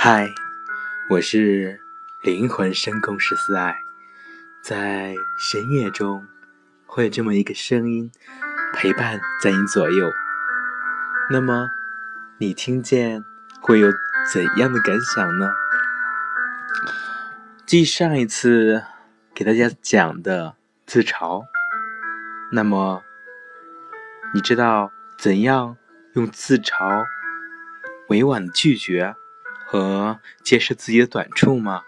嗨，我是灵魂深宫14爱，在深夜中会有这么一个声音陪伴在你左右。那么你听见会有怎样的感想呢？继上一次给大家讲的自嘲，那么你知道怎样用自嘲委婉拒绝和揭示自己的短处吗？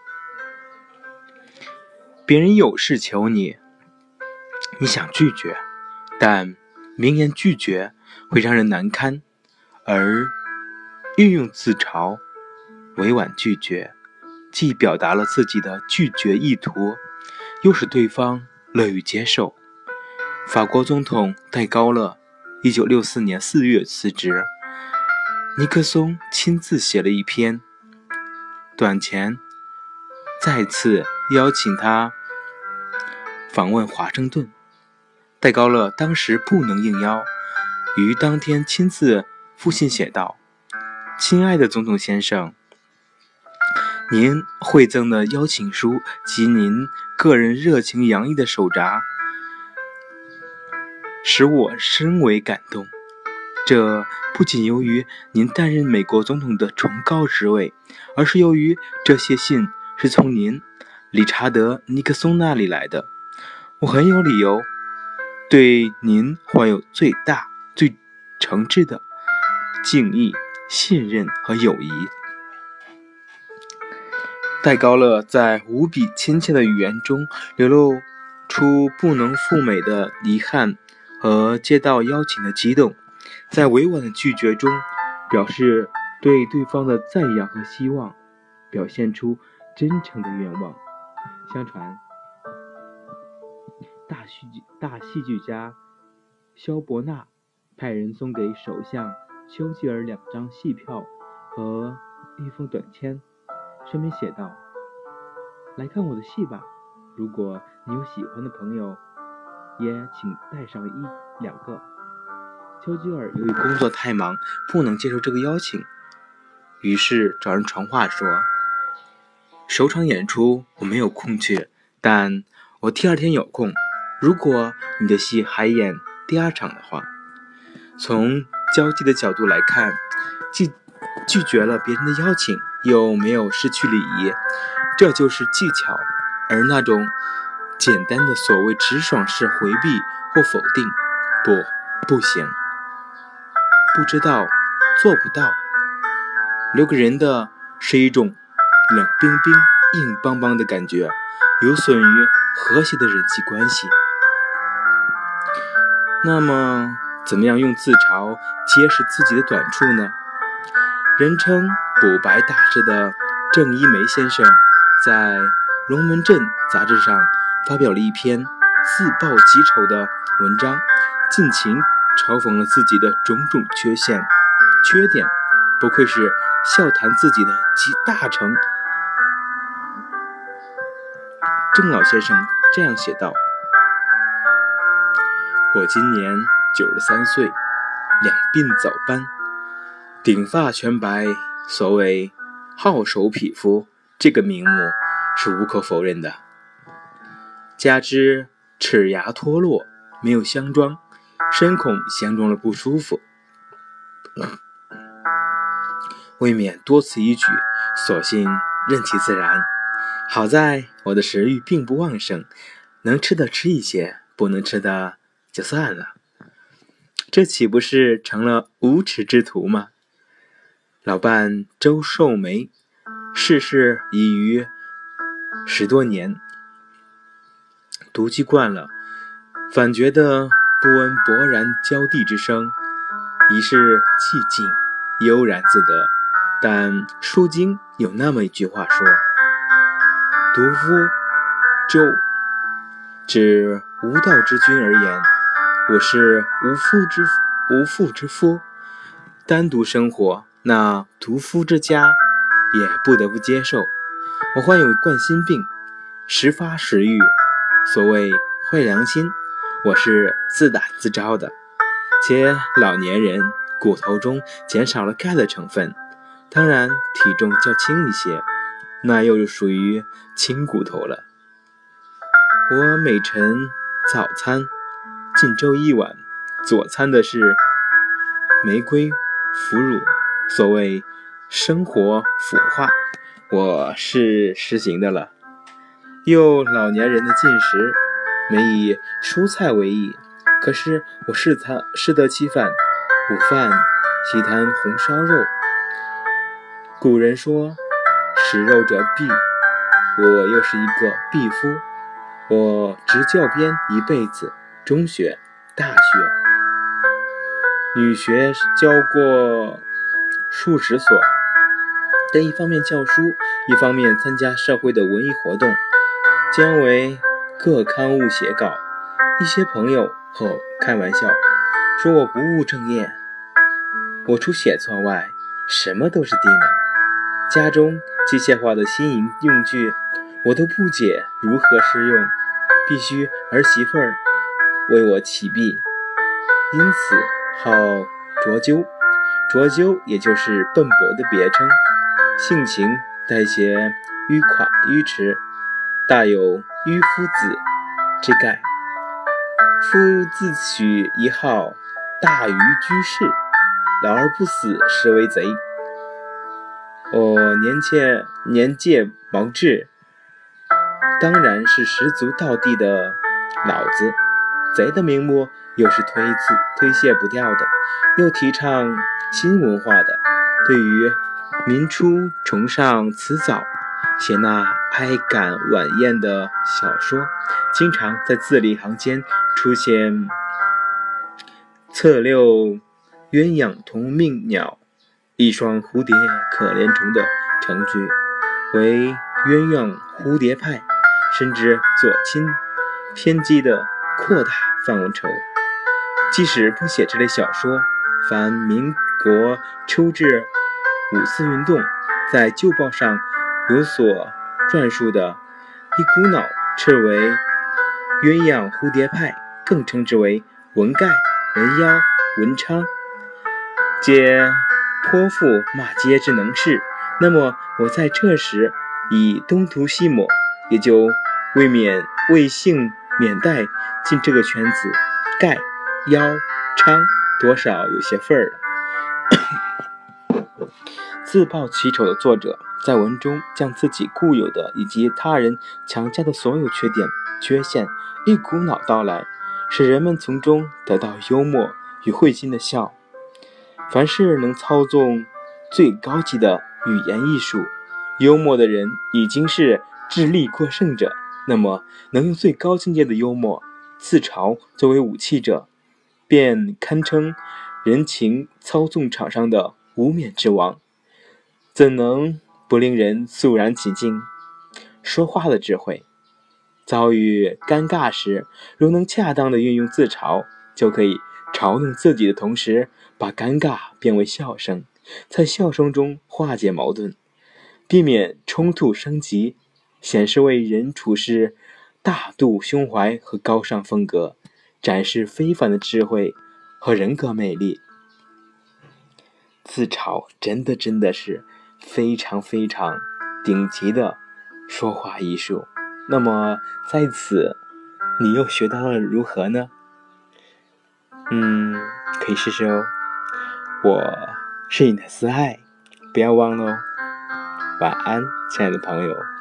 别人有事求你，你想拒绝，但明言拒绝会让人难堪，而运用自嘲委婉拒绝，既表达了自己的拒绝意图，又使对方乐于接受。法国总统戴高乐1964年4月辞职，尼克松亲自写了一篇短前再次邀请他访问华盛顿。戴高乐当时不能应邀，于当天亲自复信写道：亲爱的总统先生，您馈赠的邀请书及您个人热情洋溢的手札使我深为感动。这不仅由于您担任美国总统的崇高职位，而是由于这些信是从您理查德·尼克松那里来的。我很有理由对您怀有最大最诚挚的敬意、信任和友谊。戴高乐在无比亲切的语言中流露出不能复美的遗憾和接到邀请的激动，在委婉的拒绝中表示对对方的赞扬和希望，表现出真诚的愿望。相传大戏剧家萧伯纳派人送给首相丘吉尔2张戏票和一封短签，上面写道：来看我的戏吧，如果你有喜欢的朋友，也请带上1-2个。丘吉尔由于工作太忙，不能接受这个邀请，于是找人传话说：首场演出我没有空去，但我第2天有空，如果你的戏还演第2场的话。从交际的角度来看，既拒绝了别人的邀请，又没有失去礼仪，这就是技巧。而那种简单的所谓直爽式回避或否定，不行，不知道，做不到，留给人的是一种冷冰冰、硬邦邦的感觉，有损于和谐的人际关系。那么怎么样用自嘲揭示自己的短处呢？人称补白大师的郑一梅先生在《龙门阵》杂志上发表了一篇自曝己丑的文章，尽情嘲讽了自己的种种缺点，不愧是笑谈自己的集大成。郑老先生这样写道：我今年93岁，2鬓早斑，顶发全白，所谓好手匹夫，这个名目是无可否认的。加之齿牙脱落，没有镶装，深恐镶装了不舒服，未免多此一举，索性任其自然。好在我的食欲并不旺盛，能吃的吃一些，不能吃的就算了。这岂不是成了无耻之徒吗？老伴周寿梅逝世已于10多年，独居惯了，反觉得不闻勃然浇地之声，已是寂静悠然自得。但书经有那么一句话说：独夫周，指无道之君而言，我是无妇之夫，单独生活，那屠夫之家也不得不接受。我患有冠心病，时发时愈，所谓坏良心，我是自打自招的。且老年人骨头中减少了钙的成分， 当然体重较轻一些，那又属于轻骨头了。我每晨早餐进粥一碗，佐餐的是玫瑰腐乳，所谓生活腐化，我是实行的了。又老年人的进食，每以蔬菜为宜，可是我适得其反，午饭喜谈红烧肉。古人说食肉者鄙，我又是一个鄙夫。我执教鞭一辈子，中学、大学、女学教过数十所，但一方面教书，一方面参加社会的文艺活动，兼为各刊物写稿。一些朋友后开玩笑说我不务正业，我除写作外什么都是低能。家中机械化的新用具我都不解如何使用，必须儿媳妇儿为我启闭，因此好拙鸠。拙鸠也就是笨拙的别称，性情带些迂迟，大有迂夫子之概。夫自取一号，大于居士，老而不死，实为贼。我年届毛至，当然是十足道地的老子，贼的名目又是推卸不掉的，又提倡新文化的。对于民初崇尚辞藻，写那哀感晚宴的小说，经常在字里行间出现侧六鸳鸯同命鸟，一双蝴蝶可怜虫的成句，为鸳鸯蝴蝶派，甚至左倾偏激的扩大范文仇。即使不写这类小说，凡民国秋至五四运动在旧报上有所撰述的，一股脑斥为鸳鸯蝴蝶派，更称之为文盖、文妖、文昌，皆颇负骂街之能事。那么我在这时以东涂西抹，也就为幸免带进这个圈子，盖、妖、昌多少有些份儿了。自曝其丑的作者在文中将自己固有的以及他人强加的所有缺陷一股脑道来，使人们从中得到幽默与会心的笑。凡是能操纵最高级的语言艺术，幽默的人已经是智力过剩者，那么能用最高境界的幽默自嘲作为武器者，便堪称人情操纵场上的无冕之王，怎能不令人肃然起敬？说话的智慧，遭遇尴尬时，如能恰当的运用自嘲，就可以嘲弄自己的同时，把尴尬变为笑声，在笑声中化解矛盾，避免冲突升级，显示为人处事大度胸怀和高尚风格，展示非凡的智慧和人格魅力。自嘲真的是非常非常顶级的说话艺术。那么在此你又学到了如何呢？可以试试哦。我是你的思爱，不要忘了哦。晚安，亲爱的朋友。